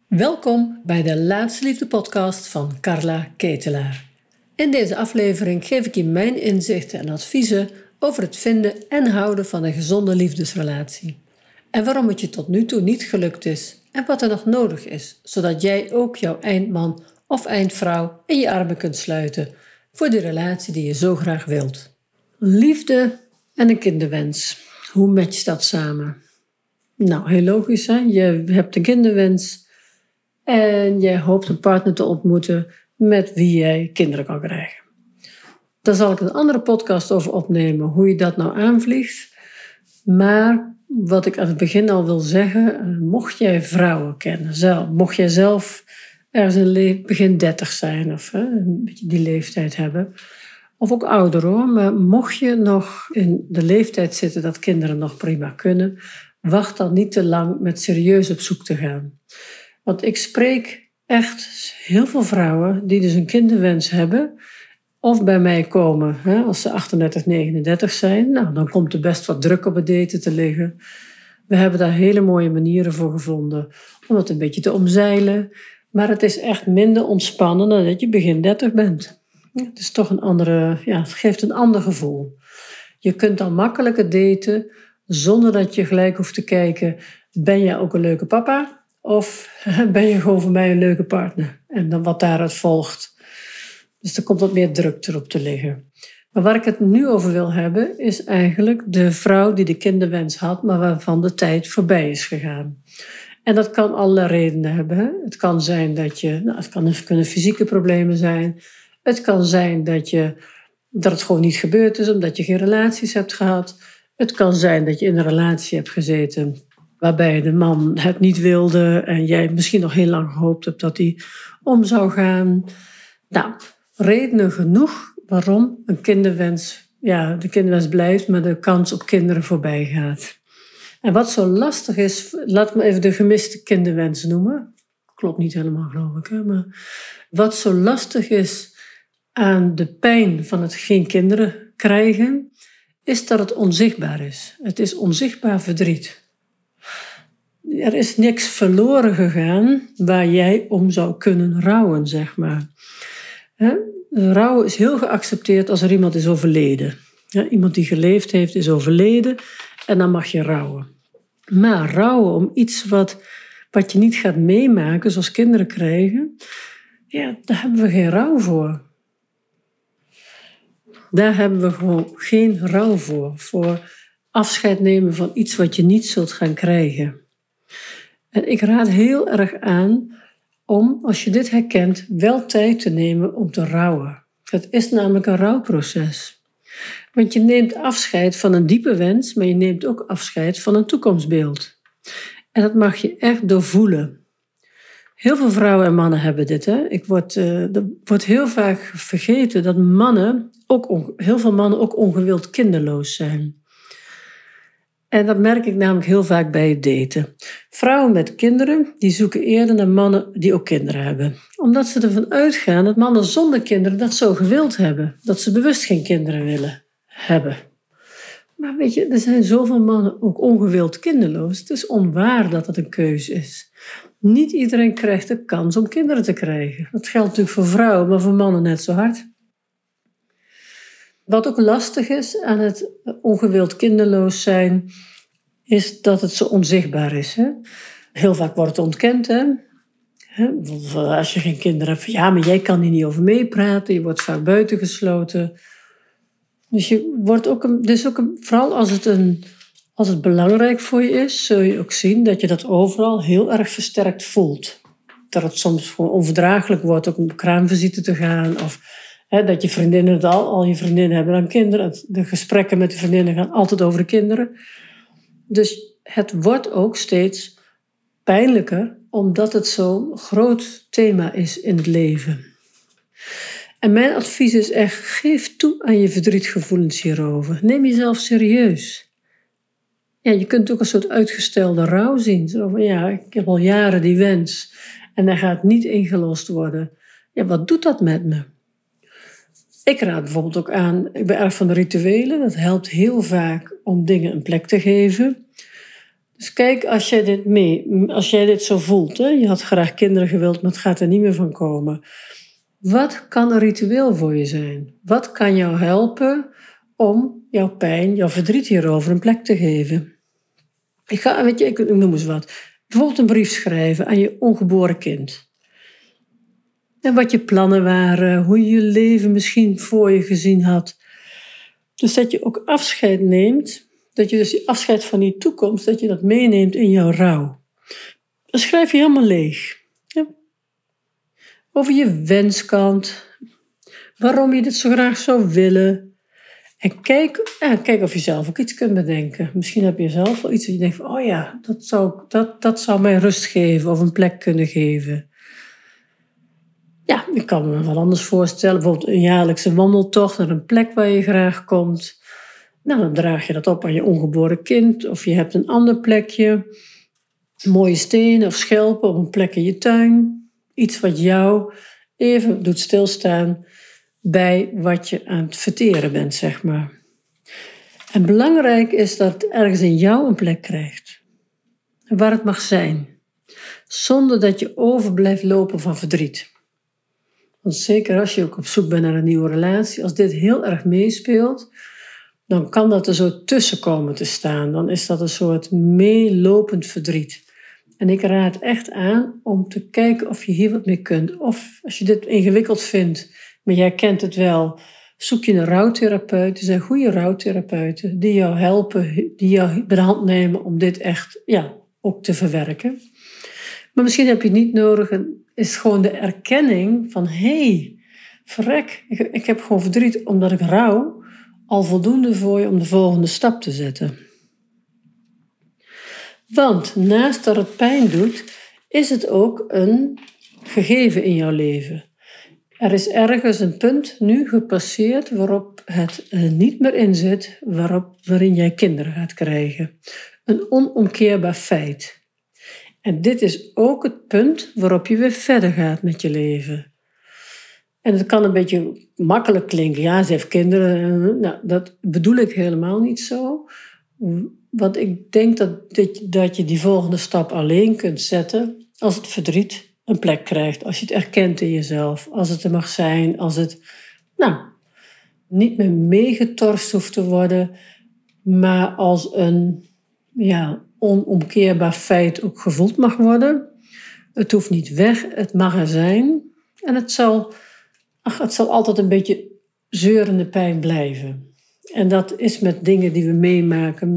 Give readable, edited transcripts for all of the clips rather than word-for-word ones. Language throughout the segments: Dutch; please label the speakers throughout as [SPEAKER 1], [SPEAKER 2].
[SPEAKER 1] Welkom bij de Laatste Liefde podcast van Carla Ketelaar. In deze aflevering geef ik je mijn inzichten en adviezen over het vinden en houden van een gezonde liefdesrelatie. En waarom het je tot nu toe niet gelukt is en wat er nog nodig is, zodat jij ook jouw eindman of eindvrouw in je armen kunt sluiten voor die relatie die je zo graag wilt. Liefde en een kinderwens. Hoe matcht dat samen? Nou, heel logisch, hè? Je hebt een kinderwens en jij hoopt een partner te ontmoeten met wie jij kinderen kan krijgen. Daar zal ik een andere podcast over opnemen, hoe je dat nou aanvliegt. Maar wat ik aan het begin al wil zeggen, mocht jij vrouwen kennen, mocht jij zelf ergens in begin 30 zijn of een beetje die leeftijd hebben, of ook ouder hoor, maar mocht je nog in de leeftijd zitten dat kinderen nog prima kunnen, wacht dan niet te lang met serieus op zoek te gaan. Want ik spreek echt heel veel vrouwen die dus een kinderwens hebben of bij mij komen als ze 38, 39 zijn. Nou, dan komt er best wat druk op het daten te liggen. We hebben daar hele mooie manieren voor gevonden om het een beetje te omzeilen. Maar het is echt minder ontspannen dan dat je begin 30 bent. Het is toch het geeft een ander gevoel. Je kunt dan makkelijker daten zonder dat je gelijk hoeft te kijken, ben jij ook een leuke papa? Of ben je gewoon voor mij een leuke partner? En dan wat daaruit volgt. Dus er komt wat meer druk erop te liggen. Maar waar ik het nu over wil hebben, is eigenlijk de vrouw die de kinderwens had, maar waarvan de tijd voorbij is gegaan. En dat kan allerlei redenen hebben. Hè? Het kan zijn dat het kunnen fysieke problemen zijn. Het kan zijn dat het gewoon niet gebeurd is, omdat je geen relaties hebt gehad. Het kan zijn dat je in een relatie hebt gezeten waarbij de man het niet wilde en jij misschien nog heel lang gehoopt hebt dat hij om zou gaan. Nou, redenen genoeg waarom de kinderwens blijft, maar de kans op kinderen voorbij gaat. En wat zo lastig is, laat me even de gemiste kinderwens noemen. Klopt niet helemaal, geloof ik. Hè? Maar wat zo lastig is aan de pijn van het geen kinderen krijgen, is dat het onzichtbaar is. Het is onzichtbaar verdriet. Er is niks verloren gegaan waar jij om zou kunnen rouwen, zeg maar. Rouwen is heel geaccepteerd als er iemand is overleden. Iemand die geleefd heeft is overleden en dan mag je rouwen. Maar rouwen om iets wat je niet gaat meemaken, zoals kinderen krijgen, daar hebben we geen rouw voor. Daar hebben we gewoon geen rouw voor. Voor afscheid nemen van iets wat je niet zult gaan krijgen. En ik raad heel erg aan om, als je dit herkent, wel tijd te nemen om te rouwen. Het is namelijk een rouwproces. Want je neemt afscheid van een diepe wens, maar je neemt ook afscheid van een toekomstbeeld. En dat mag je echt doorvoelen. Heel veel vrouwen en mannen hebben dit. Er wordt heel vaak vergeten dat heel veel mannen ook ongewild kinderloos zijn. En dat merk ik namelijk heel vaak bij het daten. Vrouwen met kinderen, die zoeken eerder naar mannen die ook kinderen hebben. Omdat ze ervan uitgaan dat mannen zonder kinderen dat zo gewild hebben. Dat ze bewust geen kinderen willen hebben. Maar weet je, er zijn zoveel mannen ook ongewild kinderloos. Het is onwaar dat het een keuze is. Niet iedereen krijgt de kans om kinderen te krijgen. Dat geldt natuurlijk voor vrouwen, maar voor mannen net zo hard. Wat ook lastig is aan het ongewild kinderloos zijn, is dat het zo onzichtbaar is. Hè? Heel vaak wordt het ontkend. Hè? Als je geen kinderen hebt, maar jij kan hier niet over meepraten. Je wordt vaak buitengesloten. Dus vooral als het belangrijk voor je is, zul je ook zien dat je dat overal heel erg versterkt voelt. Dat het soms gewoon onverdraaglijk wordt ook om op kraamvisite te gaan of dat je vriendinnen al je vriendinnen hebben dan kinderen. De gesprekken met de vriendinnen gaan altijd over de kinderen. Dus het wordt ook steeds pijnlijker, omdat het zo'n groot thema is in het leven. En mijn advies is echt, geef toe aan je verdrietgevoelens hierover. Neem jezelf serieus. Je kunt ook een soort uitgestelde rouw zien. Zo van, ik heb al jaren die wens en hij gaat niet ingelost worden. Wat doet dat met me? Ik raad bijvoorbeeld ook aan, ik ben erg van de rituelen. Dat helpt heel vaak om dingen een plek te geven. Dus kijk, als jij dit zo voelt, hè, je had graag kinderen gewild, maar het gaat er niet meer van komen. Wat kan een ritueel voor je zijn? Wat kan jou helpen om jouw pijn, jouw verdriet hierover een plek te geven? Ik noem eens wat. Bijvoorbeeld een brief schrijven aan je ongeboren kind. En wat je plannen waren, hoe je je leven misschien voor je gezien had. Dus dat je ook afscheid neemt, dat je dus die afscheid van die toekomst, dat je dat meeneemt in jouw rouw. Dan schrijf je helemaal leeg. Ja. Over je wenskant, waarom je dit zo graag zou willen. En kijk of je zelf ook iets kunt bedenken. Misschien heb je zelf wel iets dat je denkt van, oh ja, dat zou mij rust geven of een plek kunnen geven. Ja, ik kan me wat anders voorstellen. Bijvoorbeeld een jaarlijkse wandeltocht naar een plek waar je graag komt. Nou, dan draag je dat op aan je ongeboren kind. Of je hebt een ander plekje. Mooie stenen of schelpen op een plek in je tuin. Iets wat jou even doet stilstaan bij wat je aan het verteren bent, zeg maar. En belangrijk is dat het ergens in jou een plek krijgt. Waar het mag zijn. Zonder dat je over blijft lopen van verdriet. Want zeker als je ook op zoek bent naar een nieuwe relatie, als dit heel erg meespeelt, dan kan dat er zo tussen komen te staan. Dan is dat een soort meelopend verdriet. En ik raad echt aan om te kijken of je hier wat mee kunt. Of als je dit ingewikkeld vindt, maar jij kent het wel, zoek je een rouwtherapeut. Er zijn goede rouwtherapeuten die jou helpen, die jou bij de hand nemen om dit echt ook te verwerken. Maar misschien heb je het niet nodig en is gewoon de erkenning van verrek, ik heb gewoon verdriet omdat ik rouw, al voldoende voor je om de volgende stap te zetten. Want naast dat het pijn doet, is het ook een gegeven in jouw leven. Er is ergens een punt nu gepasseerd waarop het niet meer in zit, waarin jij kinderen gaat krijgen. Een onomkeerbaar feit. En dit is ook het punt waarop je weer verder gaat met je leven. En het kan een beetje makkelijk klinken. Ja, ze heeft kinderen. Nou, dat bedoel ik helemaal niet zo. Want ik denk dat je die volgende stap alleen kunt zetten als het verdriet een plek krijgt. Als je het erkent in jezelf. Als het er mag zijn. Als het niet meer meegetorst hoeft te worden. Maar als een onomkeerbaar feit ook gevoeld mag worden. Het hoeft niet weg. Het mag er zijn. En het zal altijd een beetje zeurende pijn blijven. En dat is met dingen die we meemaken,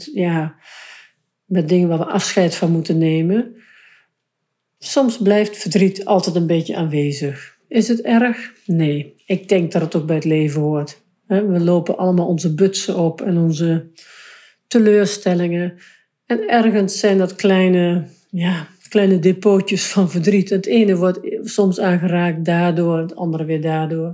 [SPEAKER 1] met dingen waar we afscheid van moeten nemen. Soms blijft verdriet altijd een beetje aanwezig. Is het erg? Nee. Ik denk dat het ook bij het leven hoort. We lopen allemaal onze butsen op en onze teleurstellingen. En ergens zijn dat kleine depootjes van verdriet. Het ene wordt soms aangeraakt daardoor, het andere weer daardoor.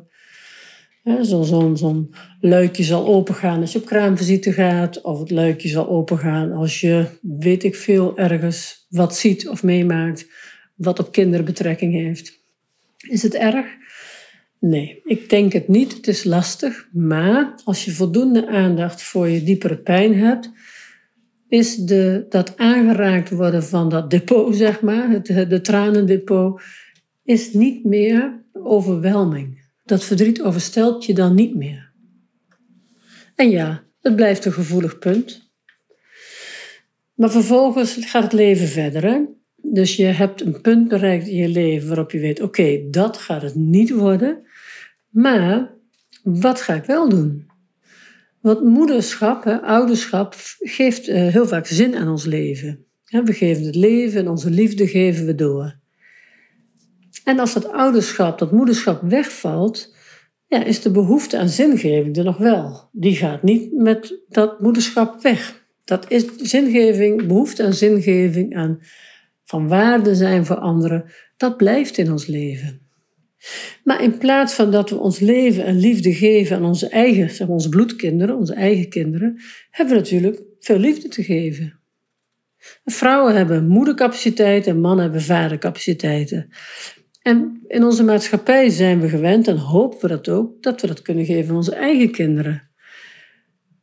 [SPEAKER 1] Zo'n luikje zal opengaan als je op kraamvisite gaat. Of het luikje zal opengaan als je, weet ik veel, ergens wat ziet of meemaakt. Wat op kinderen betrekking heeft. Is het erg? Nee, ik denk het niet. Het is lastig. Maar als je voldoende aandacht voor je diepere pijn hebt, is dat aangeraakt worden van dat depot, zeg maar, de tranendepot, is niet meer overweldiging. Dat verdriet overstelt je dan niet meer. En ja, het blijft een gevoelig punt. Maar vervolgens gaat het leven verder. Hè? Dus je hebt een punt bereikt in je leven waarop je weet, oké, dat gaat het niet worden. Maar wat ga ik wel doen? Want moederschap, ouderschap, geeft heel vaak zin aan ons leven. We geven het leven en onze liefde geven we door. En als dat ouderschap, dat moederschap wegvalt, is de behoefte aan zingeving er nog wel. Die gaat niet met dat moederschap weg. Dat is zingeving, behoefte aan zingeving, aan van waarde zijn voor anderen, dat blijft in ons leven. Maar in plaats van dat we ons leven en liefde geven aan onze eigen, onze bloedkinderen, onze eigen kinderen, hebben we natuurlijk veel liefde te geven. Vrouwen hebben moedercapaciteiten en mannen hebben vadercapaciteiten. En in onze maatschappij zijn we gewend en hopen we dat ook, dat we dat kunnen geven aan onze eigen kinderen.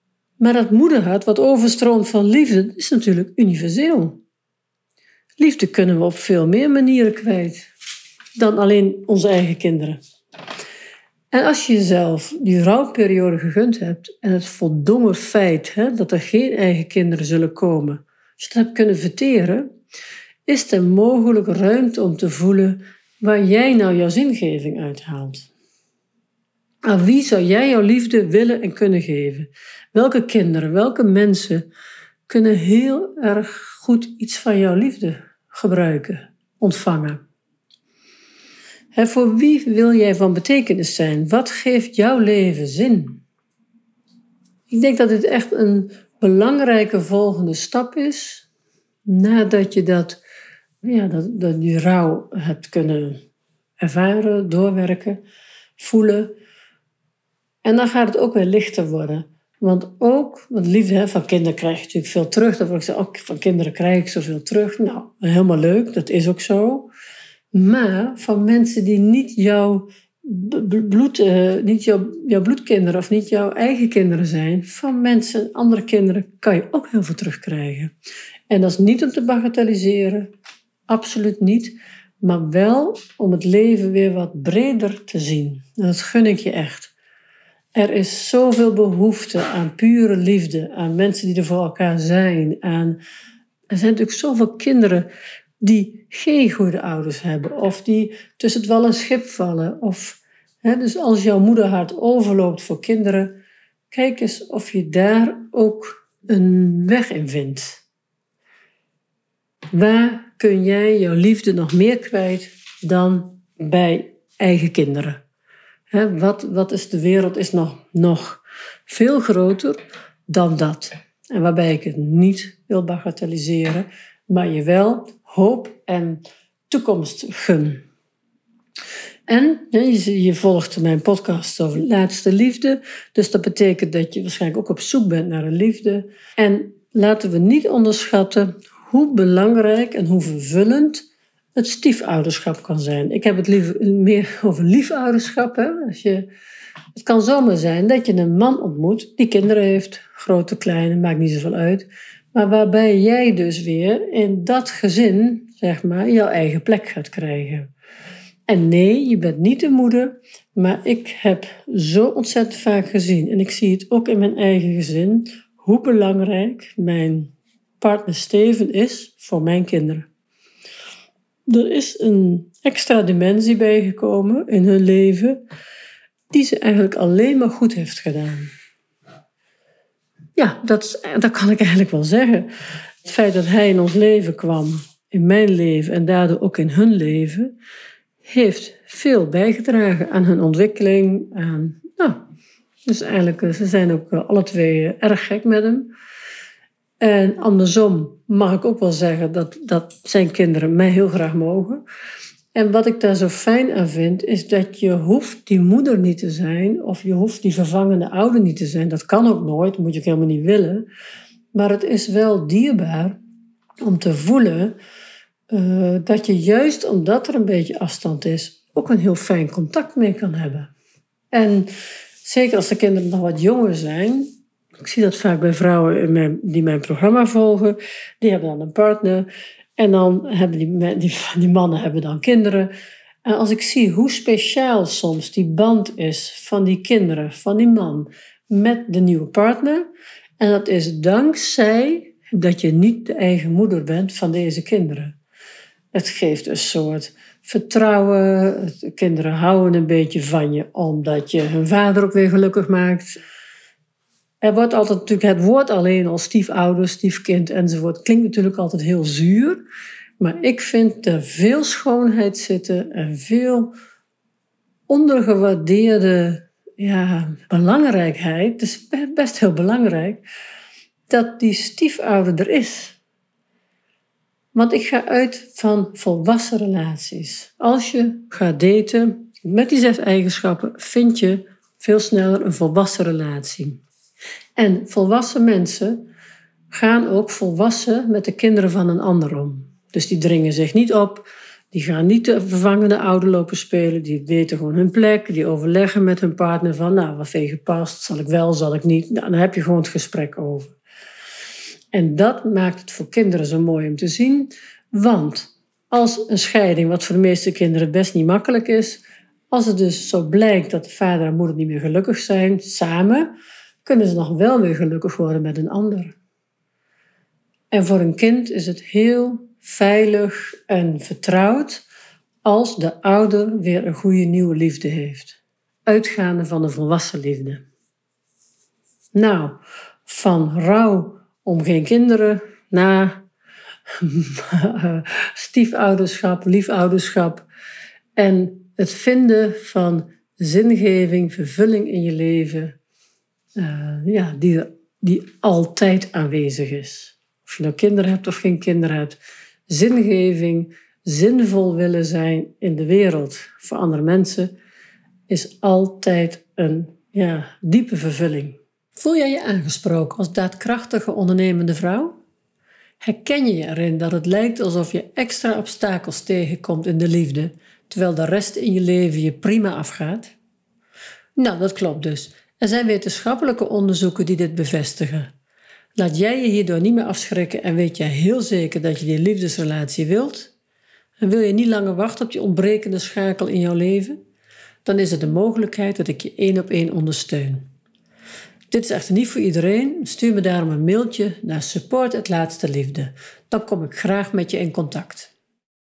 [SPEAKER 1] Maar dat moederhart wat overstroomt van liefde is natuurlijk universeel. Liefde kunnen we op veel meer manieren kwijt dan alleen onze eigen kinderen. En als je jezelf die rouwperiode gegund hebt en het voldongen feit dat er geen eigen kinderen zullen komen, als je dat hebt kunnen verteren, is er mogelijk ruimte om te voelen waar jij nou jouw zingeving uithaalt. Aan wie zou jij jouw liefde willen en kunnen geven? Welke kinderen, welke mensen kunnen heel erg goed iets van jouw liefde gebruiken, ontvangen? Voor wie wil jij van betekenis zijn? Wat geeft jouw leven zin? Ik denk dat dit echt een belangrijke volgende stap is, nadat je die rouw hebt kunnen ervaren, doorwerken, voelen. En dan gaat het ook weer lichter worden. Want liefde van kinderen krijg je natuurlijk veel terug. Dan word ik zeggen, van kinderen krijg ik zoveel terug. Nou, helemaal leuk, dat is ook zo. Maar van mensen die niet jouw bloedkinderen of niet jouw eigen kinderen zijn, van mensen, andere kinderen, kan je ook heel veel terugkrijgen. En dat is niet om te bagatelliseren, absoluut niet. Maar wel om het leven weer wat breder te zien. En dat gun ik je echt. Er is zoveel behoefte aan pure liefde, aan mensen die er voor elkaar zijn. Er zijn natuurlijk zoveel kinderen die geen goede ouders hebben of die tussen het wal en schip vallen. Dus als jouw moederhart overloopt voor kinderen, kijk eens of je daar ook een weg in vindt. Waar kun jij jouw liefde nog meer kwijt dan bij eigen kinderen? Wat is de wereld is nog veel groter dan dat. En waarbij ik het niet wil bagatelliseren, maar je wel hoop en toekomst gun. En je volgt mijn podcast over laatste liefde, dus dat betekent dat je waarschijnlijk ook op zoek bent naar een liefde. En laten we niet onderschatten hoe belangrijk en hoe vervullend het stiefouderschap kan zijn. Ik heb het liever meer over liefouderschap. Het kan zomaar zijn dat je een man ontmoet die kinderen heeft, grote, kleine, maakt niet zoveel uit. Maar waarbij jij dus weer in dat gezin, jouw eigen plek gaat krijgen. En nee, je bent niet de moeder, maar ik heb zo ontzettend vaak gezien, en ik zie het ook in mijn eigen gezin, hoe belangrijk mijn partner Steven is voor mijn kinderen. Er is een extra dimensie bijgekomen in hun leven die ze eigenlijk alleen maar goed heeft gedaan. Ja, dat kan ik eigenlijk wel zeggen. Het feit dat hij in ons leven kwam, in mijn leven en daardoor ook in hun leven, heeft veel bijgedragen aan hun ontwikkeling. Dus eigenlijk, ze zijn ook alle twee erg gek met hem. En andersom mag ik ook wel zeggen dat zijn kinderen mij heel graag mogen. En wat ik daar zo fijn aan vind, is dat je hoeft die moeder niet te zijn, of je hoeft die vervangende ouder niet te zijn. Dat kan ook nooit, dat moet je ook helemaal niet willen. Maar het is wel dierbaar om te voelen dat je juist omdat er een beetje afstand is, ook een heel fijn contact mee kan hebben. En zeker als de kinderen nog wat jonger zijn, ik zie dat vaak bij vrouwen die mijn programma volgen, die hebben dan een partner en dan hebben die mannen hebben dan kinderen. En als ik zie hoe speciaal soms die band is van die kinderen, van die man, met de nieuwe partner, en dat is dankzij dat je niet de eigen moeder bent van deze kinderen. Het geeft een soort vertrouwen. De kinderen houden een beetje van je, omdat je hun vader ook weer gelukkig maakt. Er wordt altijd natuurlijk het woord alleen al stiefouder, stiefkind enzovoort. Klinkt natuurlijk altijd heel zuur. Maar ik vind er veel schoonheid zitten en veel ondergewaardeerde belangrijkheid. Het is best heel belangrijk dat die stiefouder er is. Want ik ga uit van volwassen relaties. Als je gaat daten met die 6 eigenschappen, vind je veel sneller een volwassen relatie. En volwassen mensen gaan ook volwassen met de kinderen van een ander om. Dus die dringen zich niet op, Die gaan niet de vervangende ouder lopen spelen. Die weten gewoon hun plek. Die overleggen met hun partner van, nou, wat vind je gepast? Zal ik wel, zal ik niet? Nou, dan heb je gewoon het gesprek over. En dat maakt het voor kinderen zo mooi om te zien. Want als een scheiding, wat voor de meeste kinderen best niet makkelijk is, als het dus zo blijkt dat de vader en moeder niet meer gelukkig zijn, samen, kunnen ze nog wel weer gelukkig worden met een ander. En voor een kind is het heel veilig en vertrouwd als de ouder weer een goede nieuwe liefde heeft. Uitgaande van de volwassen liefde. Nou, van rouw om geen kinderen naar stiefouderschap, liefouderschap en het vinden van zingeving, vervulling in je leven, die altijd aanwezig is. Of je nou kinderen hebt of geen kinderen hebt. Zingeving, zinvol willen zijn in de wereld voor andere mensen is altijd een diepe vervulling. Voel jij je aangesproken als daadkrachtige ondernemende vrouw? Herken je je erin dat het lijkt alsof je extra obstakels tegenkomt in de liefde, terwijl de rest in je leven je prima afgaat? Nou, dat klopt dus. Er zijn wetenschappelijke onderzoeken die dit bevestigen. Laat jij je hierdoor niet meer afschrikken en weet jij heel zeker dat je die liefdesrelatie wilt? En wil je niet langer wachten op die ontbrekende schakel in jouw leven? Dan is er de mogelijkheid dat ik je 1-op-1 ondersteun. Dit is echter niet voor iedereen. Stuur me daarom een mailtje naar support@laatsteliefde. Dan kom ik graag met je in contact.